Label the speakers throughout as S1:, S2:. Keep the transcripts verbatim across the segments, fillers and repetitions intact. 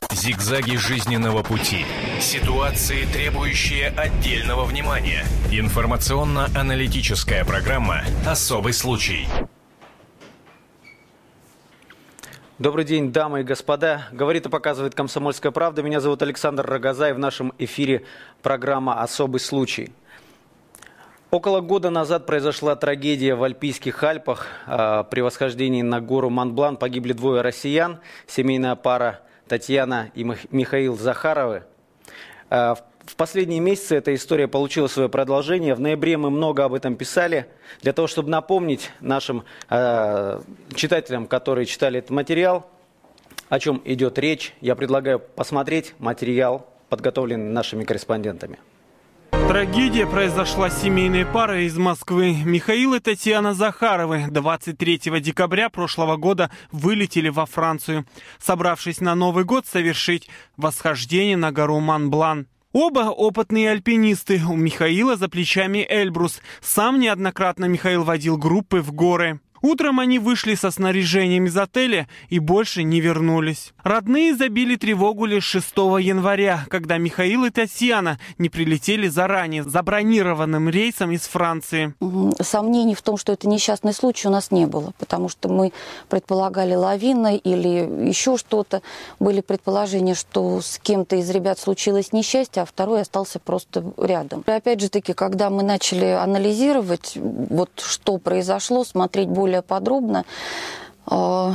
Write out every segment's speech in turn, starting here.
S1: Зигзаги жизненного пути. Ситуации, требующие отдельного внимания. Информационно-аналитическая программа «Особый случай».
S2: Добрый день, дамы и господа. Говорит и показывает «Комсомольская правда». Меня зовут Александр Рогоза, и в нашем эфире программа «Особый случай». Около года назад произошла трагедия в Альпийских Альпах. При восхождении на гору Монблан погибли двое россиян, семейная пара Татьяна и Михаил Захаровы. В последние месяцы эта история получила свое продолжение. В ноябре мы много об этом писали. Для того, чтобы напомнить нашим э, читателям, которые читали этот материал, о чем идет речь, я предлагаю посмотреть материал, подготовленный нашими корреспондентами.
S3: Трагедия произошла с семейной парой из Москвы. Михаил и Татьяна Захаровы двадцать третьего декабря прошлого года вылетели во Францию, собравшись на Новый год совершить восхождение на гору Монблан. Оба опытные альпинисты. У Михаила за плечами Эльбрус. Сам неоднократно Михаил водил группы в горы. Утром они вышли со снаряжением из отеля и больше не вернулись. Родные забили тревогу лишь шестого января, когда Михаил и Татьяна не прилетели заранее, забронированным рейсом из Франции.
S4: Сомнений в том, что это несчастный случай, у нас не было, потому что мы предполагали лавины или еще что-то. Были предположения, что с кем-то из ребят случилось несчастье, а второй остался просто рядом. И опять же таки, когда мы начали анализировать, вот что произошло, смотреть более более подробно. Ну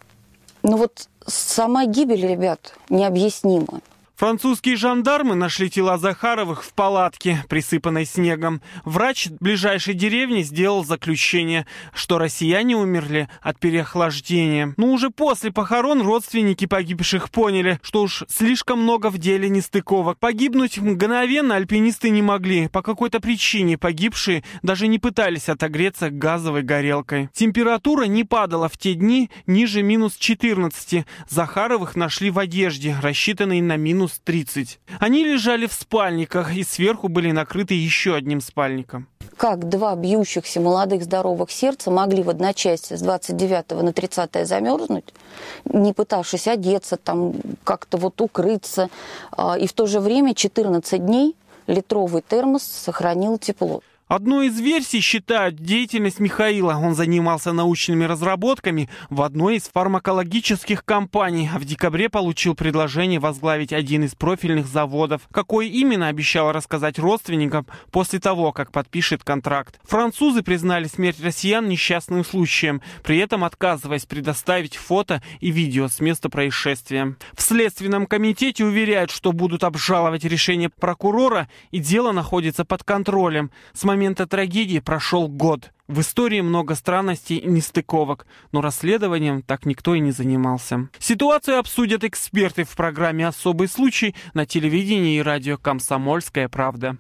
S4: вот сама гибель ребят необъяснима.
S3: Французские жандармы нашли тела Захаровых в палатке, присыпанной снегом. Врач ближайшей деревни сделал заключение, что россияне умерли от переохлаждения. Но уже после похорон родственники погибших поняли, что уж слишком много в деле нестыковок. Погибнуть мгновенно альпинисты не могли. По какой-то причине погибшие даже не пытались отогреться газовой горелкой. Температура не падала в те дни ниже минус четырнадцати. Захаровых нашли в одежде, рассчитанной на минус тридцать. Они лежали в спальниках и сверху были накрыты еще одним спальником.
S4: Как два бьющихся молодых здоровых сердца могли в одночасье с двадцать девятого на тридцатое замерзнуть, не пытавшись одеться, там как-то вот укрыться, и в то же время четырнадцать дней литровый термос сохранил тепло.
S3: Одной из версий считают деятельность Михаила. Он занимался научными разработками в одной из фармакологических компаний, а в декабре получил предложение возглавить один из профильных заводов. Какой именно, обещал рассказать родственникам после того, как подпишет контракт. Французы признали смерть россиян несчастным случаем, при этом отказываясь предоставить фото и видео с места происшествия. В Следственном комитете уверяют, что будут обжаловать решение прокурора, и дело находится под контролем. С момента трагедии прошел год. В истории много странностей и нестыковок, но расследованием так никто и не занимался. Ситуацию обсудят эксперты в программе «Особый случай» на телевидении и радио «Комсомольская правда».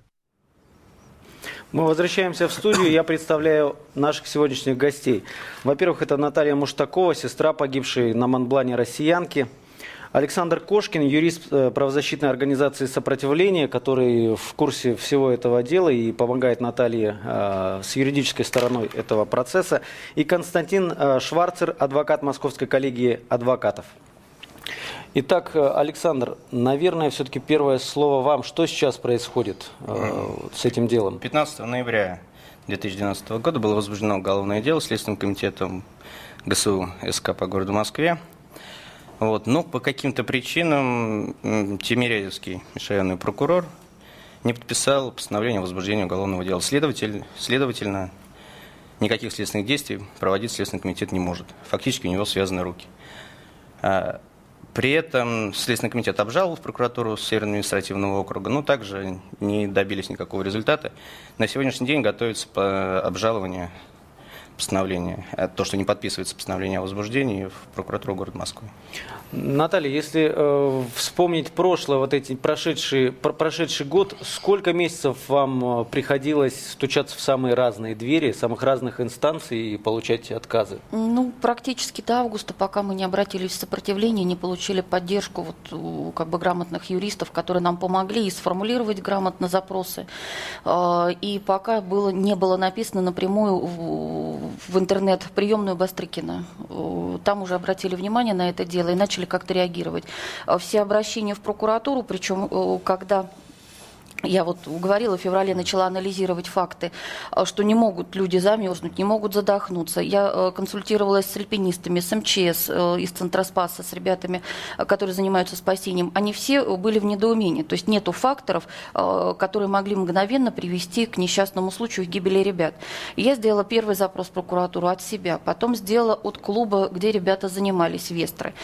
S2: Мы возвращаемся в студию. Я представляю наших сегодняшних гостей. Во-первых, это Наталья Муштакова, сестра погибшей на Монблане россиянки. Александр Кошкин, юрист правозащитной организации «Сопротивление», который в курсе всего этого дела и помогает Наталье э, с юридической стороной этого процесса. И Константин э, Шварцер, адвокат Московской коллегии адвокатов. Итак, Александр, наверное, все-таки первое слово вам. Что сейчас происходит э, с этим делом?
S5: пятнадцатого ноября две тысячи двенадцатого года было возбуждено уголовное дело Следственным комитетом ГСУ СК по городу Москве. Вот. Но по каким-то причинам Тимирязевский межрайонный прокурор не подписал постановление о возбуждении уголовного дела. Следователь, следовательно, никаких следственных действий проводить Следственный комитет не может. Фактически у него связаны руки. При этом Следственный комитет обжаловал в прокуратуру Северного административного округа, но также не добились никакого результата. На сегодняшний день готовится по обжалованию постановление, то, что не подписывается постановление о возбуждении в прокуратуру города Москвы.
S2: Наталья, если э, вспомнить прошлое, вот эти прошедшие, про, прошедший год, сколько месяцев вам приходилось стучаться в самые разные двери, самых разных инстанций и получать отказы?
S4: Ну, практически до августа, пока мы не обратились в сопротивление, не получили поддержку вот, у как бы грамотных юристов, которые нам помогли и сформулировать грамотно запросы. И пока было, не было написано напрямую в интернет-приемную Бастрыкина. Там уже обратили внимание на это дело и начали как-то реагировать. Все обращения в прокуратуру, причем когда... Я вот говорила, в феврале начала анализировать факты, что не могут люди замерзнуть, не могут задохнуться. Я консультировалась с альпинистами, с эм че эс, из Центра Спаса, с ребятами, которые занимаются спасением. Они все были в недоумении. То есть нету факторов, которые могли мгновенно привести к несчастному случаю гибели ребят. Я сделала первый запрос в прокуратуру от себя, потом сделала от клуба, где ребята занимались, Вестры.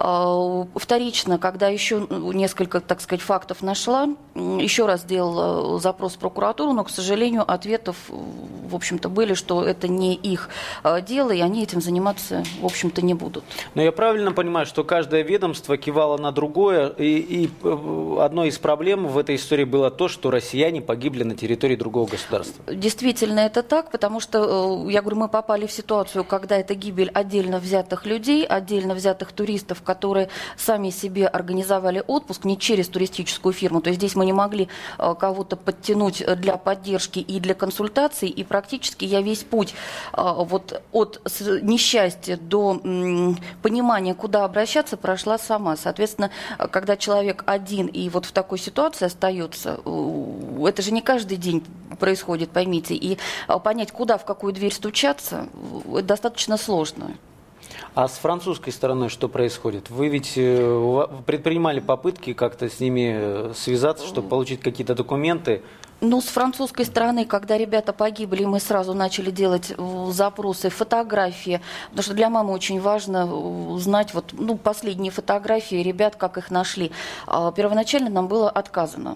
S4: Вторично, когда еще несколько, так сказать, фактов нашла, еще раз сделал запрос в прокуратуру, но, к сожалению, ответов, в общем-то, были, что это не их дело, и они этим заниматься, в общем-то, не будут.
S2: Но я правильно понимаю, что каждое ведомство кивало на другое, и, и одной из проблем в этой истории было то, что россияне погибли на территории другого государства?
S4: Действительно, это так, потому что, я говорю, мы попали в ситуацию, когда это гибель отдельно взятых людей, отдельно взятых туристов, которые сами себе организовали отпуск не через туристическую фирму. То есть здесь мы не могли кого-то подтянуть для поддержки и для консультаций, и практически я весь путь вот от несчастья до понимания, куда обращаться, прошла сама. Соответственно, когда человек один и вот в такой ситуации остается, это же не каждый день происходит, поймите, и понять, куда, в какую дверь стучаться, достаточно сложно.
S2: А с французской стороной что происходит? Вы ведь предпринимали попытки как-то с ними связаться, чтобы получить какие-то документы?
S4: Ну, с французской стороны, когда ребята погибли, мы сразу начали делать запросы, фотографии, потому что для мамы очень важно знать вот, ну, последние фотографии ребят, как их нашли. Первоначально нам было отказано.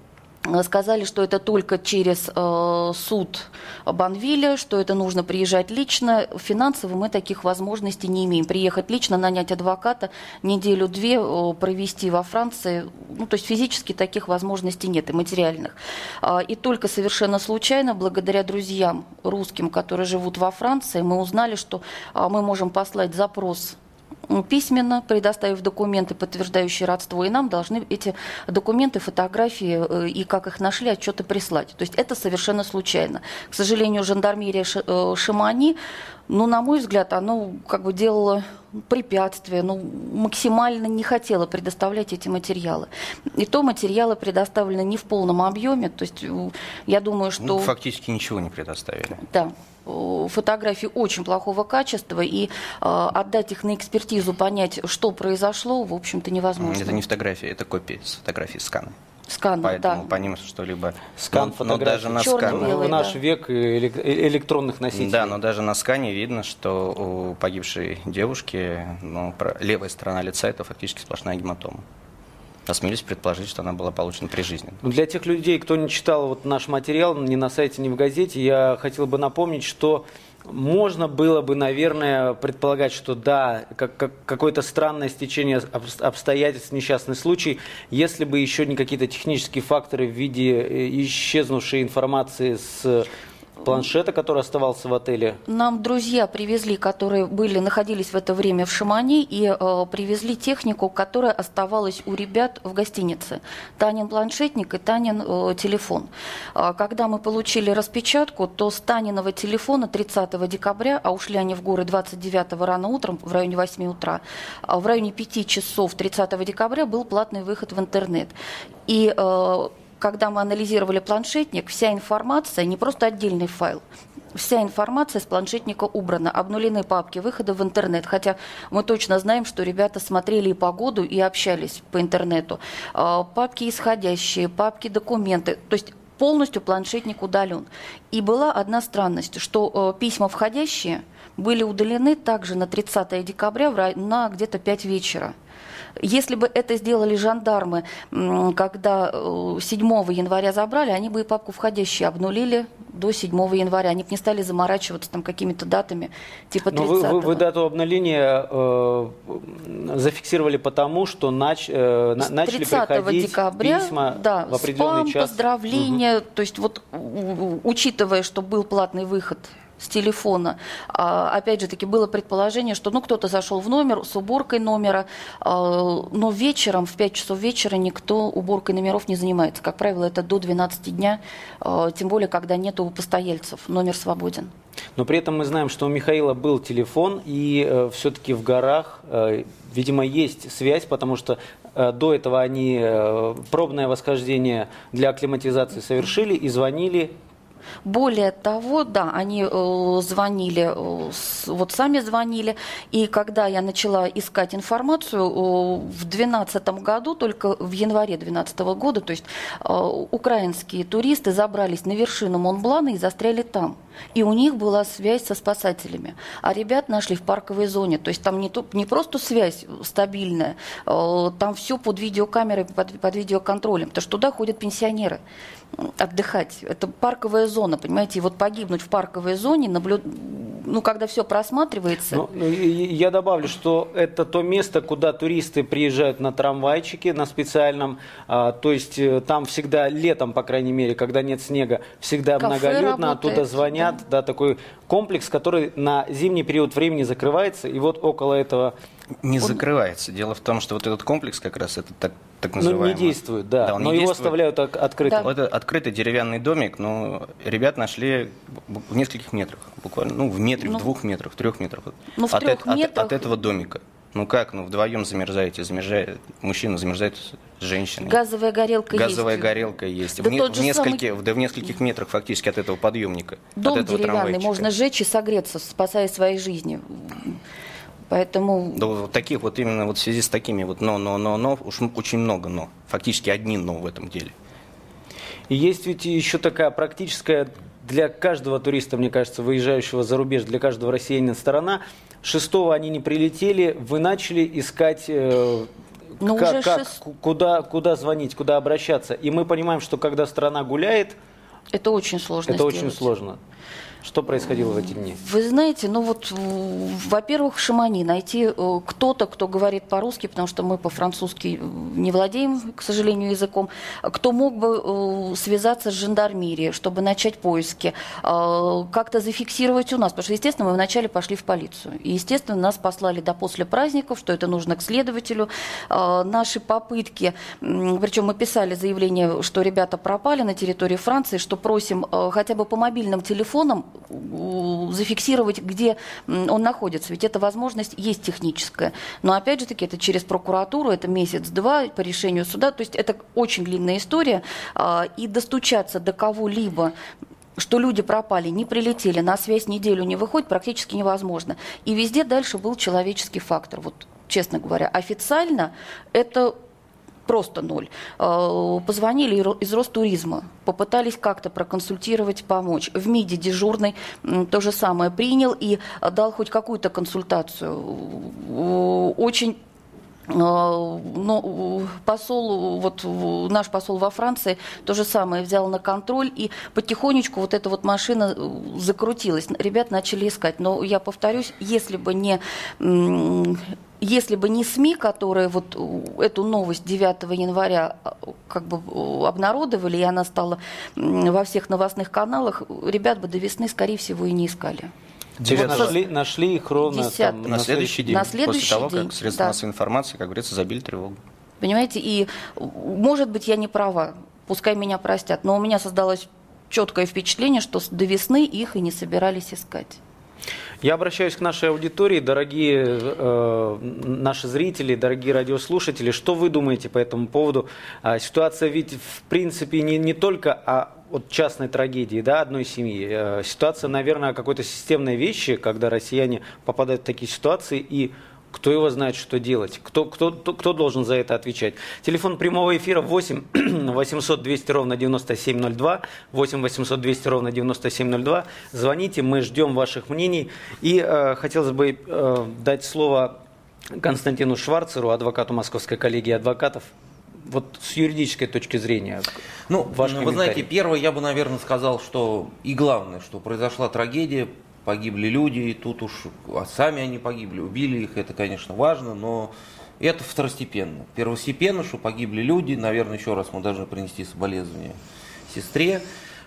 S4: Сказали, что это только через э, суд Банвиля, что это нужно приезжать лично. Финансово мы таких возможностей не имеем. Приехать лично, нанять адвоката, неделю-две э, провести во Франции. Ну, то есть физически таких возможностей нет и материальных. А, и только совершенно случайно, благодаря друзьям русским, которые живут во Франции, мы узнали, что а, мы можем послать запрос письменно, предоставив документы, подтверждающие родство, и нам должны эти документы, фотографии и как их нашли, отчеты прислать. То есть это совершенно случайно. К сожалению, жандармерия Шимани, ну, на мой взгляд, оно как бы делало препятствия, ну, максимально не хотела предоставлять эти материалы. И то материалы предоставлены не в полном объеме, то есть я думаю, что...
S5: Ну, фактически ничего не предоставили.
S4: Да. Фотографии очень плохого качества, и э, отдать их на экспертизу, понять, что произошло, в общем-то, невозможно.
S5: Это не фотографии, это копии с фотографии, сканы.
S4: Сканы,
S5: Поэтому
S4: да.
S5: по ним что-либо...
S2: Скан
S5: но, но даже на скане...
S2: В наш да. век электронных носителей.
S5: Да, но даже на скане видно, что у погибшей девушки, ну, левая сторона лица – это фактически сплошная гематома. Осмелюсь предположить, что она была получена прижизненно.
S2: Для тех людей, кто не читал вот наш материал ни на сайте, ни в газете, я хотел бы напомнить, что можно было бы, наверное, предполагать, что да, как, как, какое-то странное стечение обстоятельств, несчастный случай, если бы еще не какие-то технические факторы в виде исчезнувшей информации с планшета, который оставался в отеле.
S4: Нам друзья привезли, которые были, находились в это время в Шимани, и э, привезли технику, которая оставалась у ребят в гостинице. Танин планшетник и Танин э, телефон. А когда мы получили распечатку, то с Таниного телефона тридцатого декабря, а ушли они в горы двадцать девятого рано утром, в районе восьми утра, а в районе пяти часов тридцатого декабря был платный выход в интернет. И э, когда мы анализировали планшетник, вся информация, не просто отдельный файл, вся информация с планшетника убрана, обнулены папки выхода в интернет, хотя мы точно знаем, что ребята смотрели и погоду, и общались по интернету. Папки исходящие, папки документы, то есть полностью планшетник удален. И была одна странность, что письма входящие были удалены также на тридцатое декабря на где-то пять вечера. Если бы это сделали жандармы, когда седьмого января забрали, они бы и папку входящие обнулили до седьмого января. Они бы не стали заморачиваться там какими-то датами типа тридцатого.
S2: Но вы, вы, вы дату обнуления э, зафиксировали потому, что нач, э, начали приходить
S4: декабря,
S2: письма
S4: да,
S2: в определенный
S4: спам,
S2: час.
S4: поздравления.
S2: Угу.
S4: То есть вот учитывая, что был платный выход с телефона. А, опять же таки, было предположение, что ну, кто-то зашел в номер с уборкой номера, а, но вечером, в пять часов вечера никто уборкой номеров не занимается. Как правило, это до двенадцати дня, а, тем более, когда нет у постояльцев, номер свободен.
S2: Но при этом мы знаем, что у Михаила был телефон, и э, все-таки в горах, э, видимо, есть связь, потому что э, до этого они э, пробное восхождение для акклиматизации совершили и звонили.
S4: Более того, да, они э, звонили, э, с, вот сами звонили, и когда я начала искать информацию, э, в две тысячи двенадцатом году, только в январе две тысячи двенадцатого года, то есть э, украинские туристы забрались на вершину Монблана и застряли там. И у них была связь со спасателями. А ребят нашли в парковой зоне. То есть там не, то, не просто связь стабильная, э, там все под видеокамерой, под, под видеоконтролем. Потому что туда ходят пенсионеры отдыхать. Это парковая зона, понимаете? И вот погибнуть в парковой зоне, наблюд... ну, когда все просматривается...
S2: Ну, я добавлю, что это то место, куда туристы приезжают на трамвайчике, на специальном, а, то есть там всегда летом, по крайней мере, когда нет снега, всегда
S4: кафе
S2: многолюдно,
S4: работает,
S2: оттуда звонят, да. да, такой комплекс, который на зимний период времени закрывается, и вот около этого...
S5: Не он... закрывается. Дело в том, что вот этот комплекс как раз, это так, так называемый...
S2: Ну, не действует, да, да но
S5: его
S2: действует. Оставляют открытым.
S5: Да. Это открытый деревянный домик, но ребят нашли в нескольких метрах, буквально, ну, в метре, ну, в двух метрах, в трех метрах.
S4: Ну, в
S5: от,
S4: трех
S5: от,
S4: метрах...
S5: от этого домика. Ну как, ну вдвоем замерзаете, замерзает, мужчина замерзает с женщиной.
S4: Газовая горелка есть.
S5: Газовая горелка есть.
S4: Да
S5: в, не, в, нескольких,
S4: самый...
S5: да в нескольких метрах фактически от этого подъемника.
S4: Дом
S5: от этого
S4: деревянный, можно сжечь и согреться, спасая свои жизни. Поэтому...
S5: Да, вот таких вот именно вот в связи с такими вот но, но, но, но, уж очень много но. Фактически одни но в этом деле.
S2: И есть ведь еще такая практическая для каждого туриста, мне кажется, выезжающего за рубеж, для каждого россиянина сторона. Шестого они не прилетели, вы начали искать... Э,
S4: Но
S2: как,
S4: уже
S2: как,
S4: шест...
S2: куда, куда звонить, куда обращаться. И мы понимаем, что когда страна гуляет...
S4: Это очень сложно
S2: Это
S4: сделать.
S2: очень сложно. Что происходило в эти дни?
S4: Вы знаете, ну вот, во-первых, в Шамани найти кто-то, кто говорит по-русски, потому что мы по-французски не владеем, к сожалению, языком, кто мог бы связаться с жандармерией, чтобы начать поиски, как-то зафиксировать у нас, потому что, естественно, мы вначале пошли в полицию. И, естественно, нас послали до после праздников, что это нужно к следователю. Наши попытки, причем мы писали заявление, что ребята пропали на территории Франции, что просим хотя бы по мобильным телефонам зафиксировать, где он находится. Ведь эта возможность есть техническая. Но опять же таки, это через прокуратуру, это месяц-два по решению суда. То есть это очень длинная история. И достучаться до кого-либо, что люди пропали, не прилетели, на связь неделю не выходит, практически невозможно. И везде дальше был человеческий фактор. Вот, честно говоря, официально это... Просто ноль. Позвонили из Ростуризма, попытались как-то проконсультировать, помочь. В МИДе дежурный то же самое принял и дал хоть какую-то консультацию. Очень... Но посол, вот наш посол во Франции то же самое взял на контроль, и потихонечку вот эта вот машина закрутилась. Ребят начали искать. Но я повторюсь, если бы не... Если бы не СМИ, которые вот эту новость девятого января как бы обнародовали, и она стала во всех новостных каналах, ребят бы до весны, скорее всего, и не искали.
S2: Вот нашли, нашли их ровно там,
S5: на следующий день,
S4: на следующий
S5: после того,
S4: день,
S5: как средства
S4: да.
S5: массовой информации, как говорится, забили тревогу.
S4: Понимаете, и, может быть, я не права, пускай меня простят, но у меня создалось четкое впечатление, что до весны их и не собирались искать.
S2: Я обращаюсь к нашей аудитории, дорогие э, наши зрители, дорогие радиослушатели. Что вы думаете по этому поводу? А, ситуация ведь в принципе не, не только о от частной трагедии, да, одной семьи. Э, ситуация, наверное, о какой-то системной вещи, когда россияне попадают в такие ситуации, и кто его знает, что делать? Кто, кто, кто, кто должен за это отвечать? Телефон прямого эфира восемь восемьсот двести ровно девяносто семь ноль два, восемь восемьсот двести ровно девяносто семь ноль два. Звоните, мы ждем ваших мнений. И э, хотелось бы э, дать слово Константину Шварцеру, адвокату Московской коллегии адвокатов. Вот с юридической точки зрения.
S6: Ну, вы знаете, первое, я бы, наверное, сказал, что и главное, что произошла трагедия, погибли люди, и тут уж а сами они погибли, убили их, это, конечно, важно, но это второстепенно. Первостепенно, что погибли люди, наверное, еще раз мы должны принести соболезнования сестре.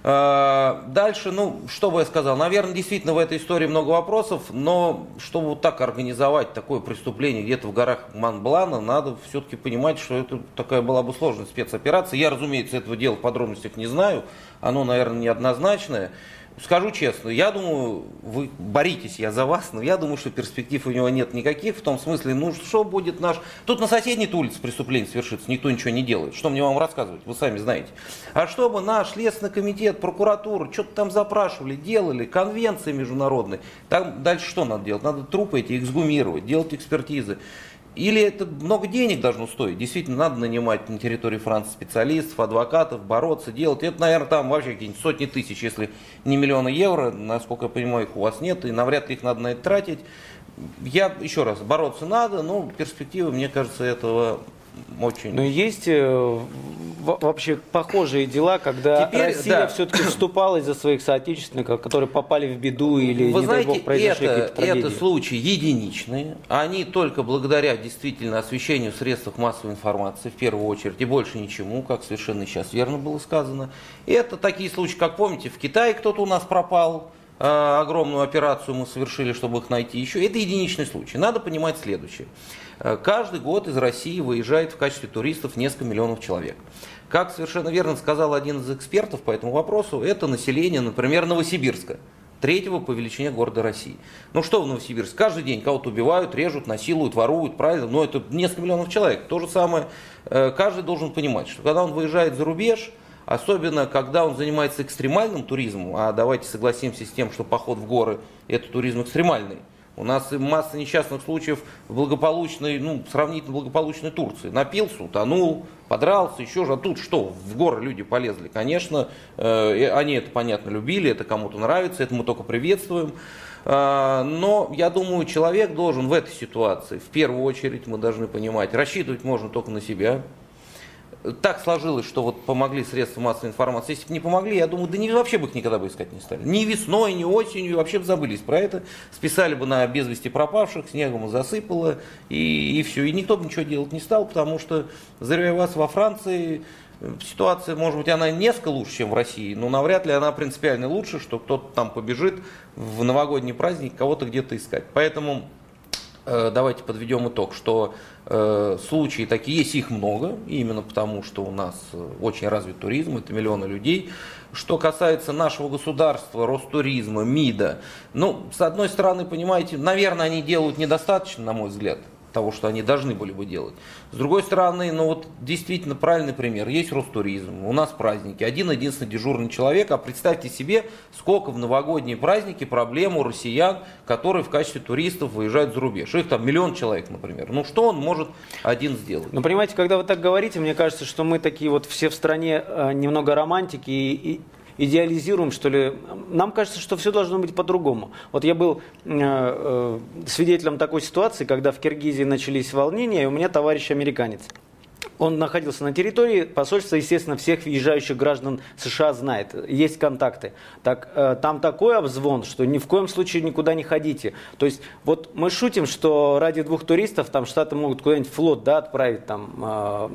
S6: Дальше, ну, что бы я сказал, наверное, действительно в этой истории много вопросов, но чтобы вот так организовать такое преступление где-то в горах Монблана, надо все-таки понимать, что это такая была бы сложная спецоперация. Я, разумеется, этого дела в подробностях не знаю, оно, наверное, неоднозначное. Скажу честно, я думаю, вы боритесь, я за вас, но я думаю, что перспектив у него нет никаких, в том смысле, ну что будет наш... Тут на соседней улице преступление совершится, никто ничего не делает. Что мне вам рассказывать, вы сами знаете. А чтобы наш Следственный комитет, прокуратура, что-то там запрашивали, делали, конвенции международные, там дальше что надо делать? Надо трупы эти эксгумировать, делать экспертизы. Или это много денег должно стоить. Действительно, надо нанимать на территории Франции специалистов, адвокатов, бороться, делать. Это, наверное, там вообще какие-нибудь сотни тысяч, если не миллионы евро. Насколько я понимаю, их у вас нет, и навряд ли их надо на это тратить. Я, еще раз, бороться надо, но перспективы, мне кажется, этого очень...
S2: Но есть э, вообще похожие дела, когда
S6: Теперь,
S2: Россия
S6: да.
S2: все-таки вступала из-за своих соотечественников, которые попали в беду или,
S6: Вы
S2: не
S6: знаете,
S2: дай бог, произошли
S6: это,
S2: какие-то трагедии.
S6: это случаи единичные. Они только благодаря действительно освещению в средствах массовой информации, в первую очередь, и больше ничему, как совершенно сейчас верно было сказано. Это такие случаи, как помните, в Китае кто-то у нас пропал, э, огромную операцию мы совершили, чтобы их найти еще. Это единичный случай. Надо понимать следующее. Каждый год из России выезжает в качестве туристов несколько миллионов человек. Как совершенно верно сказал один из экспертов по этому вопросу, это население, например, Новосибирска, третьего по величине города России. Ну что в Новосибирске? Каждый день кого-то убивают, режут, насилуют, воруют, правильно? Но это несколько миллионов человек. То же самое, каждый должен понимать, что когда он выезжает за рубеж, особенно когда он занимается экстремальным туризмом, а давайте согласимся с тем, что поход в горы – это туризм экстремальный. У нас масса несчастных случаев в благополучной, ну, сравнительно благополучной Турции. Напился, утонул, подрался, еще же. А тут что, в горы люди полезли? Конечно, э, они это, понятно, любили, это кому-то нравится, это мы только приветствуем. Э, но я думаю, человек должен в этой ситуации, в первую очередь, мы должны понимать, рассчитывать можно только на себя. Так сложилось, что вот помогли средства массовой информации. Если бы не помогли, я думаю, да не, вообще бы их никогда бы искать не стали. Ни весной, ни осенью, вообще бы забылись про это. Списали бы на без вести пропавших, снегом засыпало, и, и все. И никто бы ничего делать не стал, потому что, заверяю вас, во Франции ситуация, может быть, она несколько лучше, чем в России, но навряд ли она принципиально лучше, что кто-то там побежит в новогодний праздник кого-то где-то искать. Поэтому... Давайте подведем итог, что э, случаи такие есть, их много, именно потому, что у нас очень развит туризм, это миллионы людей. Что касается нашего государства, Ростуризма, МИДа, ну, с одной стороны, понимаете, наверное, они делают недостаточно, на мой взгляд, того, что они должны были бы делать. С другой стороны, ну вот действительно правильный пример. Есть Ростуризм, у нас праздники, один-единственный дежурный человек, а представьте себе, сколько в новогодние праздники проблем у россиян, которые в качестве туристов выезжают за рубеж. Их там миллион человек, например. Ну что он может один сделать?
S2: Ну, понимаете, когда вы так говорите, мне кажется, что мы такие вот все в стране э, немного романтики и... и... идеализируем, что ли. Нам кажется, что все должно быть по-другому. Вот я был э, э, свидетелем такой ситуации, когда в Киргизии начались волнения, и у меня товарищ американец. Он находился на территории, посольство, естественно, всех въезжающих граждан США знает, есть контакты. Так, э, там такой обзвон, что ни в коем случае никуда не ходите. То есть вот мы шутим, что ради двух туристов там Штаты могут куда-нибудь флот, да, отправить, там, э,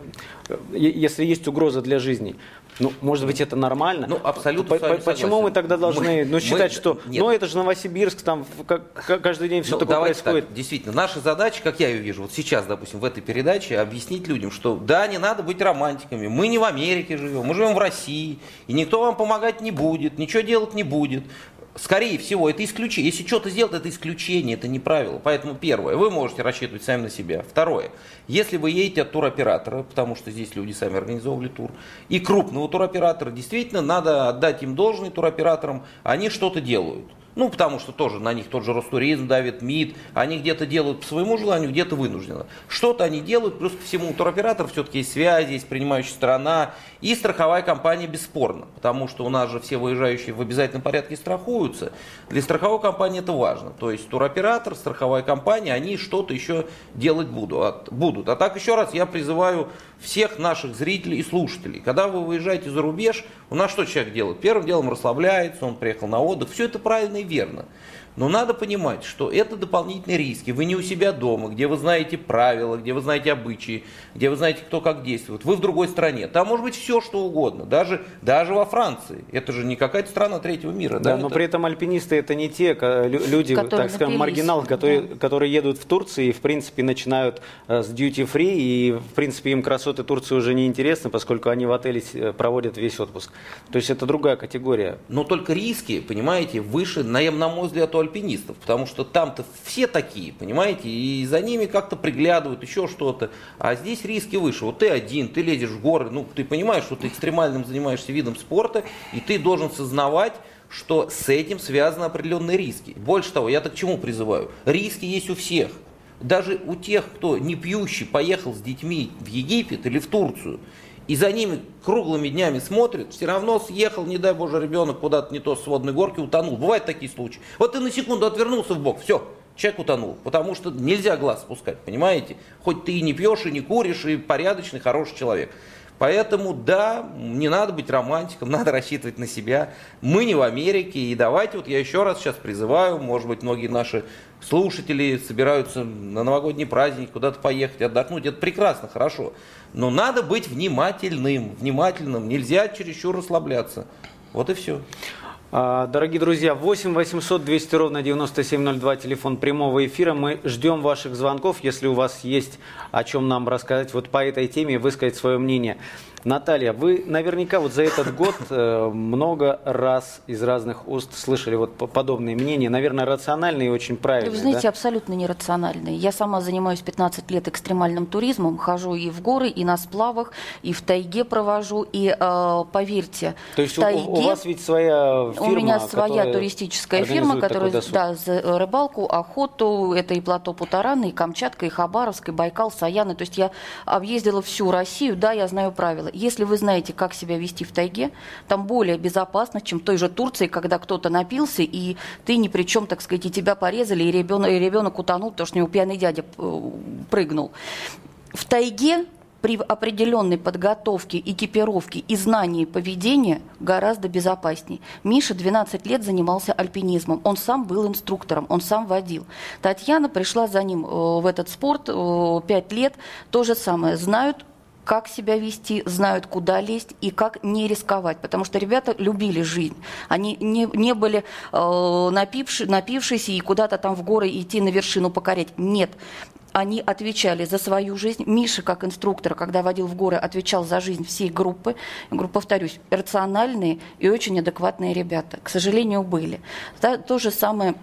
S2: если есть угроза для жизни. Ну, может быть, это нормально?
S6: Ну, абсолютно.
S2: По- Почему мы тогда должны
S6: мы,
S2: ну, считать,
S6: мы,
S2: что
S6: нет.
S2: ну, это же Новосибирск, там как, каждый день все
S6: ну,
S2: такое
S6: давайте
S2: происходит?
S6: Так, действительно, наша задача, как я ее вижу, вот сейчас, допустим, в этой передаче, объяснить людям, что да, не надо быть романтиками, мы не в Америке живем, мы живем в России, и никто вам помогать не будет, ничего делать не будет. Скорее всего, это исключение. Если что-то сделать, это исключение, это не правило. Поэтому, первое, вы можете рассчитывать сами на себя. Второе, если вы едете от туроператора, потому что здесь люди сами организовывали тур, и крупного туроператора, действительно, надо отдать им должное туроператорам, они что-то делают. Ну, потому что тоже на них тот же Ростуризм давит, МИД, они где-то делают по своему желанию, где-то вынужденно. Что-то они делают, плюс ко всему у туроператоров все-таки есть связи, есть принимающая сторона, и страховая компания бесспорно, потому что у нас же все выезжающие в обязательном порядке страхуются. Для страховой компании это важно. То есть туроператор, страховая компания, они что-то еще делать будут. будут. А так еще раз я призываю всех наших зрителей и слушателей. Когда вы выезжаете за рубеж, у нас что человек делает? Первым делом расслабляется, он приехал на отдых. Все это правильно и верно. Но надо понимать, что это дополнительные риски. Вы не у себя дома, где вы знаете правила, где вы знаете обычаи, где вы знаете, кто как действует. Вы в другой стране. Там может быть все, что угодно. Даже, даже во Франции. Это же не какая-то страна третьего мира.
S2: Да,
S6: да,
S2: но
S6: это...
S2: при этом альпинисты это не те люди,
S4: которые
S2: так скажем,
S4: напились,
S2: маргиналы, которые,
S4: да.
S2: которые едут в Турцию и, в принципе, начинают с duty-free. И, в принципе, им красоты Турции уже не интересны, поскольку они в отеле проводят весь отпуск. То есть это другая категория.
S6: Но только риски, понимаете, выше, на мой взгляд, у альпинистов, потому что там-то все такие, понимаете, и за ними как-то приглядывают, еще что-то, а здесь риски выше. Вот ты один, ты лезешь в горы, ну, ты понимаешь, что ты экстремальным занимаешься видом спорта, и ты должен сознавать, что с этим связаны определенные риски. Больше того, я так к чему призываю? Риски есть у всех. Даже у тех, кто не пьющий поехал с детьми в Египет или в Турцию, и за ними круглыми днями смотрят, все равно съехал, не дай боже, ребенок куда-то не то с водной горки, утонул. Бывают такие случаи. Вот ты на секунду отвернулся в бок, все, человек утонул. Потому что нельзя глаз спускать, понимаете? Хоть ты и не пьешь, и не куришь, и порядочный, хороший человек. Поэтому, да, не надо быть романтиком, надо рассчитывать на себя. Мы не в Америке, и давайте, вот я еще раз сейчас призываю, может быть, многие наши слушатели собираются на новогодний праздник куда-то поехать, отдохнуть. Это прекрасно, хорошо. Но надо быть внимательным, внимательным. Нельзя чересчур расслабляться. Вот и все.
S2: Дорогие друзья, восемь восемьсот двести ровно девяносто семь ноль два, телефон прямого эфира. Мы ждем ваших звонков, если у вас есть о чем нам рассказать вот по этой теме, высказать свое мнение. Наталья, вы наверняка вот за этот год много раз из разных уст слышали вот подобные мнения, наверное, рациональные и очень правильные.
S4: Вы знаете,
S2: да?
S4: абсолютно нерациональные. Я сама занимаюсь пятнадцать лет экстремальным туризмом, хожу и в горы, и на сплавах, и в тайге провожу, и э, поверьте,
S2: то есть
S4: в тайге...
S2: у, у вас ведь своя фирма,
S4: у меня своя туристическая фирма, которая да, за рыбалку, охоту, это и плато Путараны, и Камчатка, и Хабаровск, и Байкал, Саяны. То есть я объездила всю Россию, да, я знаю правила. Если вы знаете, как себя вести в тайге, там более безопасно, чем в той же Турции, когда кто-то напился, и ты ни при чем, так сказать, и тебя порезали, и ребенок, и ребенок утонул, потому что у него пьяный дядя прыгнул. В тайге при определенной подготовке, экипировке и знании поведения гораздо безопаснее. Миша двенадцать лет занимался альпинизмом. Он сам был инструктором, он сам водил. Татьяна пришла за ним в этот спорт пять лет. То же самое. Знают, как себя вести, знают, куда лезть и как не рисковать. Потому что ребята любили жизнь. Они не, не были э, напивши, напившиеся и куда-то там в горы идти на вершину покорять. Нет. Они отвечали за свою жизнь. Миша, как инструктор, когда водил в горы, отвечал за жизнь всей группы. Я говорю, повторюсь, рациональные и очень адекватные ребята. К сожалению, были. То, то же самое...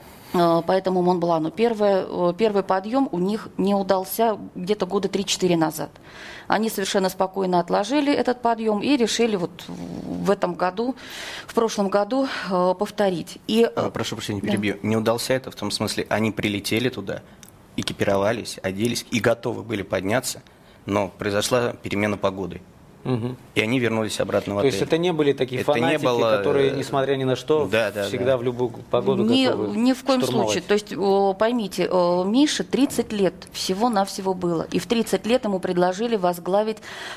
S4: По этому Монблану. Первый, первый подъем у них не удался где-то года три-четыре назад. Они совершенно спокойно отложили этот подъем и решили вот в этом году, в прошлом году повторить. И,
S5: Прошу прощения, перебью. Да. Не удался это в том смысле, они прилетели туда, экипировались, оделись и готовы были подняться, но произошла перемена погоды. Угу. И они вернулись обратно в отель.
S2: То есть это не были такие это фанатики, не было... которые, несмотря ни на что, да, да, всегда да. в любую погоду
S4: ни,
S2: готовы
S4: Ни в коем
S2: штурмовать.
S4: случае. То есть, поймите, Мише тридцать лет всего-навсего было. И в тридцать лет ему предложили возглавить,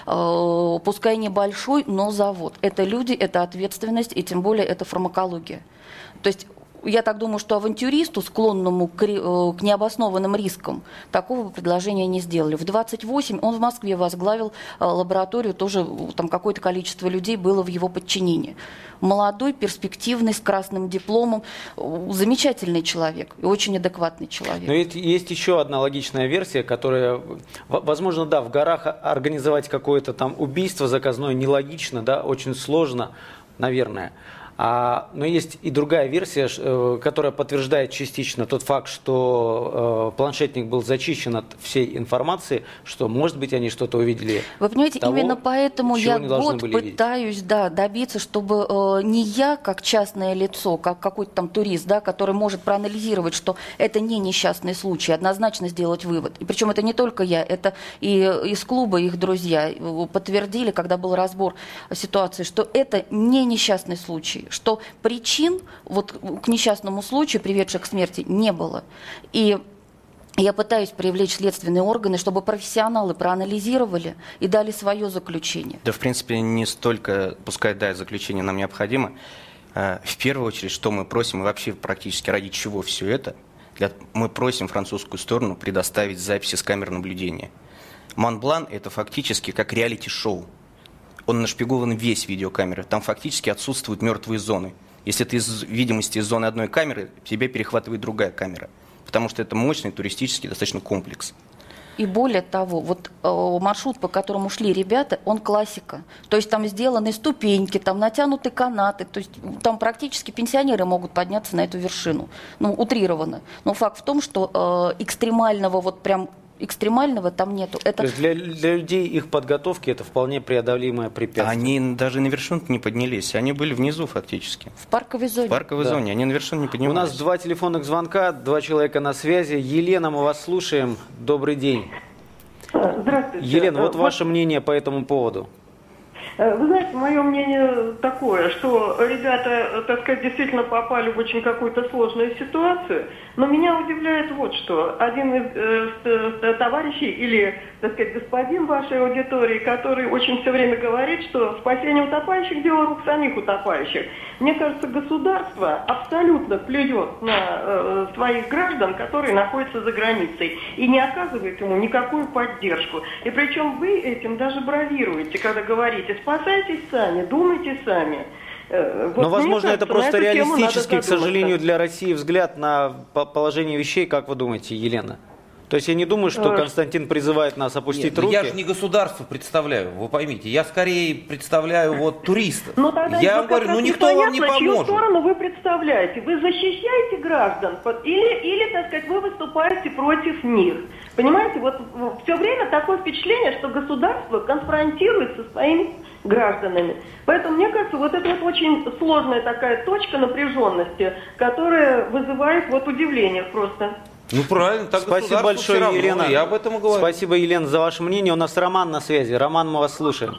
S4: пускай небольшой, но завод. Это люди, это ответственность, и тем более это фармакология. То есть я так думаю, что авантюристу, склонному к, к необоснованным рискам, такого предложения не сделали. В двадцать восемь он в Москве возглавил лабораторию, тоже там какое-то количество людей было в его подчинении. Молодой, перспективный, с красным дипломом, замечательный человек и очень адекватный человек.
S2: Но есть, есть еще одна логичная версия, которая, возможно, да, в горах организовать какое-то там убийство заказное нелогично, да, очень сложно, наверное. А, но есть и другая версия, которая подтверждает частично тот факт, что э, планшетник был зачищен от всей информации, что, может быть, они что-то увидели.
S4: Вы понимаете, того, именно поэтому я год пытаюсь да, добиться, чтобы э, не я, как частное лицо, как какой-то там турист, да, который может проанализировать, что это не несчастный случай, однозначно сделать вывод. И причем это не только я, это и из клуба их друзья подтвердили, когда был разбор ситуации, что это не несчастный случай, что причин вот, к несчастному случаю, приведших к смерти, не было. И я пытаюсь привлечь следственные органы, чтобы профессионалы проанализировали и дали свое заключение.
S5: Да, в принципе, не столько, пускай, да, заключение нам необходимо. В первую очередь, что мы просим, и вообще практически ради чего все это, для, мы просим французскую сторону предоставить записи с камер наблюдения. Монблан – это фактически как реалити-шоу. Он нашпигован весь видеокамерой. Там фактически отсутствуют мертвые зоны. Если ты из видимости из зоны одной камеры, тебя перехватывает другая камера. Потому что это мощный туристический достаточно комплекс.
S4: И более того, вот э, маршрут, по которому шли ребята, он классика. То есть там сделаны ступеньки, там натянуты канаты. То есть там практически пенсионеры могут подняться на эту вершину. Ну, утрированно. Но факт в том, что э, экстремального, вот прям экстремального там нету. Это...
S2: То есть для, для людей их подготовки это вполне преодолимое препятствие.
S5: Они даже на вершину не поднялись. Они были внизу фактически.
S4: В парковой зоне.
S5: В парковой
S2: да.
S5: зоне. Они на вершину не поднимались.
S2: У нас два телефонных звонка, два человека на связи. Елена, мы вас слушаем. Добрый день.
S7: Здравствуйте.
S2: Елена, вот ваше мнение по этому поводу.
S7: Вы знаете, мое мнение такое, что ребята, так сказать, действительно попали в очень какую-то сложную ситуацию, но меня удивляет вот что. Один из э, товарищей или, так сказать, господин вашей аудитории, который очень все время говорит, что спасение утопающих – дело рук самих утопающих. Мне кажется, государство абсолютно плюет на э, своих граждан, которые находятся за границей, и не оказывает ему никакую поддержку. И причем вы этим даже бравируете, когда говорите: спасайтесь сами, думайте сами. Вот.
S2: Но, возможно,
S7: кажется,
S2: это просто реалистический, к сожалению,
S7: задуматься.
S2: для России взгляд на положение вещей. Как вы думаете, Елена? То есть я не думаю, что Константин призывает нас опустить
S6: Нет,
S2: руки.
S6: Я же не государство представляю, вы поймите. Я скорее представляю вот туристов.
S7: Ну, тогда
S6: я вам говорю, ну никто вам не поможет.
S7: Чью сторону вы представляете? Вы защищаете граждан или, или, так сказать, вы выступаете против них? Понимаете, вот все время такое впечатление, что государство конфронтирует со своими гражданами. Поэтому, мне кажется, вот это вот очень сложная такая точка напряженности, которая вызывает вот удивление просто.
S6: Ну правильно, так
S2: Спасибо большое,
S6: равно,
S2: Елена.
S6: Я об этом и говорю.
S2: Спасибо, Елена, за ваше мнение. У нас Роман на связи. Роман, мы вас слушаем.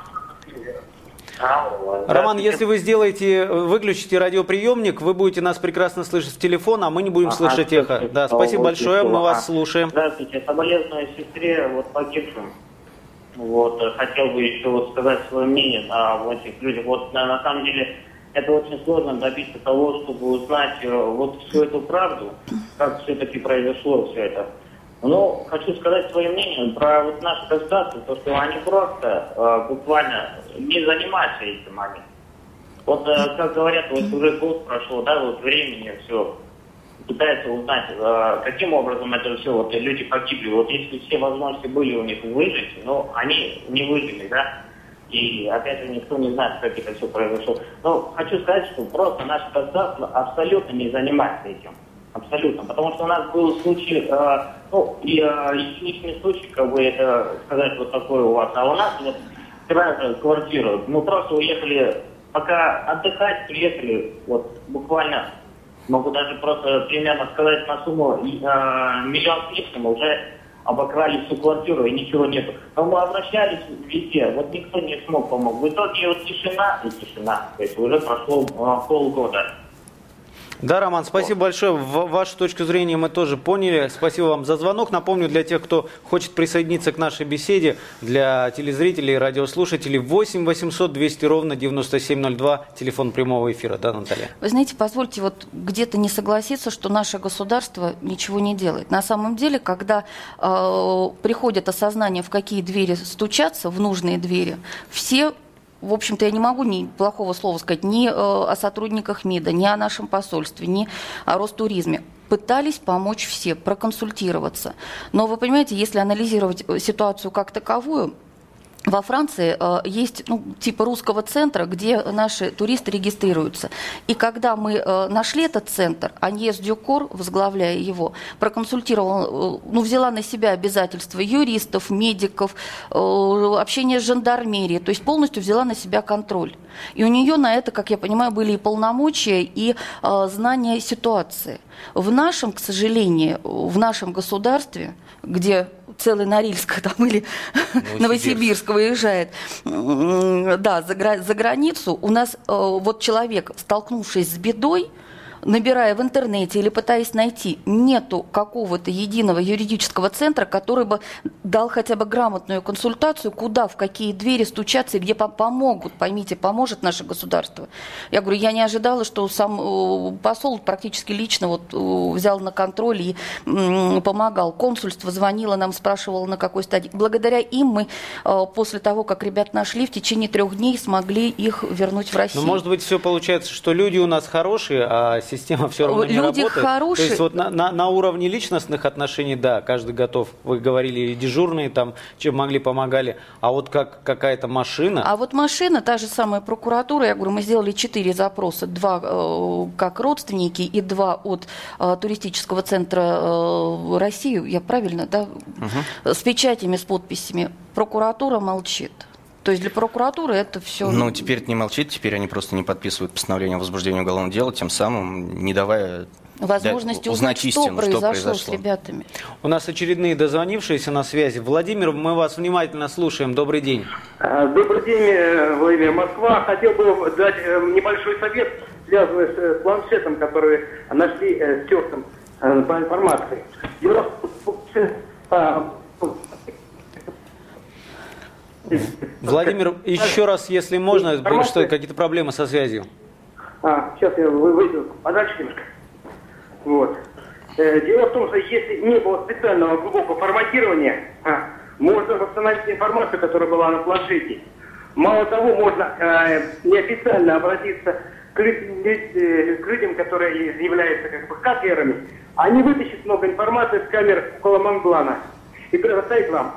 S2: Роман, если вы сделаете, выключите радиоприемник, вы будете нас прекрасно слышать с телефона, а мы не будем ага, слышать эхо. Да, спасибо вот большое, мы вас слушаем.
S8: Здравствуйте, соболезную сестре, вот погибшим. Вот, хотел бы еще вот сказать свое мнение о этих людях. Вот на, на самом деле это очень сложно добиться того, чтобы узнать вот всю эту правду, как все-таки произошло все это. Но хочу сказать свое мнение про вот наше государство, то, что они просто э, буквально не занимаются этим они. Вот, э, как говорят, вот уже год прошло, да, вот времени, все, пытаются узнать, э, каким образом это все, вот люди погибли. Вот если все возможности были у них выжить, но они не выжили, да. И опять же никто не знает, как это все произошло. Но хочу сказать, что просто наше государство абсолютно не занимается этим. Абсолютно. Потому что у нас был случай, э, ну, и э, единичный случай, как бы это сказать вот такой у вас. А у нас вот вторая квартира. Мы просто уехали, пока отдыхать, приехали, вот буквально, могу даже просто примерно сказать на сумму э, миллион с лишним, уже обокрали всю квартиру и ничего нету. Но мы обращались везде, вот никто не смог помочь. В итоге вот тишина и тишина. То есть уже прошло э, полгода.
S2: Да, Роман, спасибо большое. В вашу точку зрения мы тоже поняли. Спасибо вам за звонок. Напомню, для тех, кто хочет присоединиться к нашей беседе, для телезрителей и радиослушателей, восемь восемьсот двести ровно девяносто семь ноль два, телефон прямого эфира. Да, Наталья?
S4: Вы знаете, позвольте вот где-то не согласиться, что наше государство ничего не делает. На самом деле, когда э, приходит осознание, в какие двери стучаться, в нужные двери, все... В общем-то, я не могу ни плохого слова сказать ни о сотрудниках МИДа, ни о нашем посольстве, ни о Ростуризме. Пытались помочь все, проконсультироваться. Но вы понимаете, если анализировать ситуацию как таковую, во Франции э, есть ну, типа русского центра, где наши туристы регистрируются. И когда мы э, нашли этот центр, Аньес Дюкор, возглавляя его, проконсультировала, э, ну, взяла на себя обязательства юристов, медиков, э, общение с жандармерией, то есть полностью взяла на себя контроль. И у нее на это, как я понимаю, были и полномочия, и э, знания ситуации. В нашем, к сожалению, в нашем государстве, где целый Норильск там, или Новосибирск. Новосибирск выезжает, да, за, за границу, у нас э, вот человек, столкнувшись с бедой, набирая в интернете или пытаясь найти, нету какого-то единого юридического центра, который бы дал хотя бы грамотную консультацию, куда, в какие двери стучаться и где помогут, поймите, поможет наше государство. Я говорю, я не ожидала, что сам посол практически лично вот взял на контроль и помогал. Консульство звонило нам, спрашивало, на какой стадии. Благодаря им мы после того, как ребят нашли, в течение трех дней смогли их вернуть в Россию.
S2: Но может быть все получается, что люди у нас хорошие, а система все равно не
S4: люди
S2: работает.
S4: Хорошие.
S2: То есть вот на, на, на уровне личностных отношений, да, каждый готов. Вы говорили, дежурные там, чем могли, помогали. А вот как какая-то машина.
S4: А вот машина, та же самая прокуратура, я говорю, мы сделали четыре запроса, два э, как родственники и два от э, туристического центра э, России, я правильно, да, угу. С печатями, с подписями. Прокуратура молчит. То есть для прокуратуры это все...
S5: Ну, теперь это не молчит, теперь они просто не подписывают постановление о возбуждении уголовного дела, тем самым не давая
S4: возможности узнать,
S5: истину,
S4: что, произошло
S5: что произошло
S4: с ребятами.
S2: У нас очередные дозвонившиеся на связи. Владимир, мы вас внимательно слушаем. Добрый день.
S9: Добрый день, Владимир. Москва. Хотел бы дать небольшой совет, связанный с планшетом, который нашли с тестом по информации. Дело в том,
S2: Владимир, еще раз, если можно, что какие-то проблемы со связью.
S9: А, сейчас я выйду подальше немножко. Вот. Дело в том, что если не было специального глубокого форматирования, а, можно восстановить информацию, которая была на планшете. Мало того, можно э, неофициально обратиться к, лю- к людям, которые являются как бы хакерами. Они вытащат много информации с камер около Монблана и предоставят вам.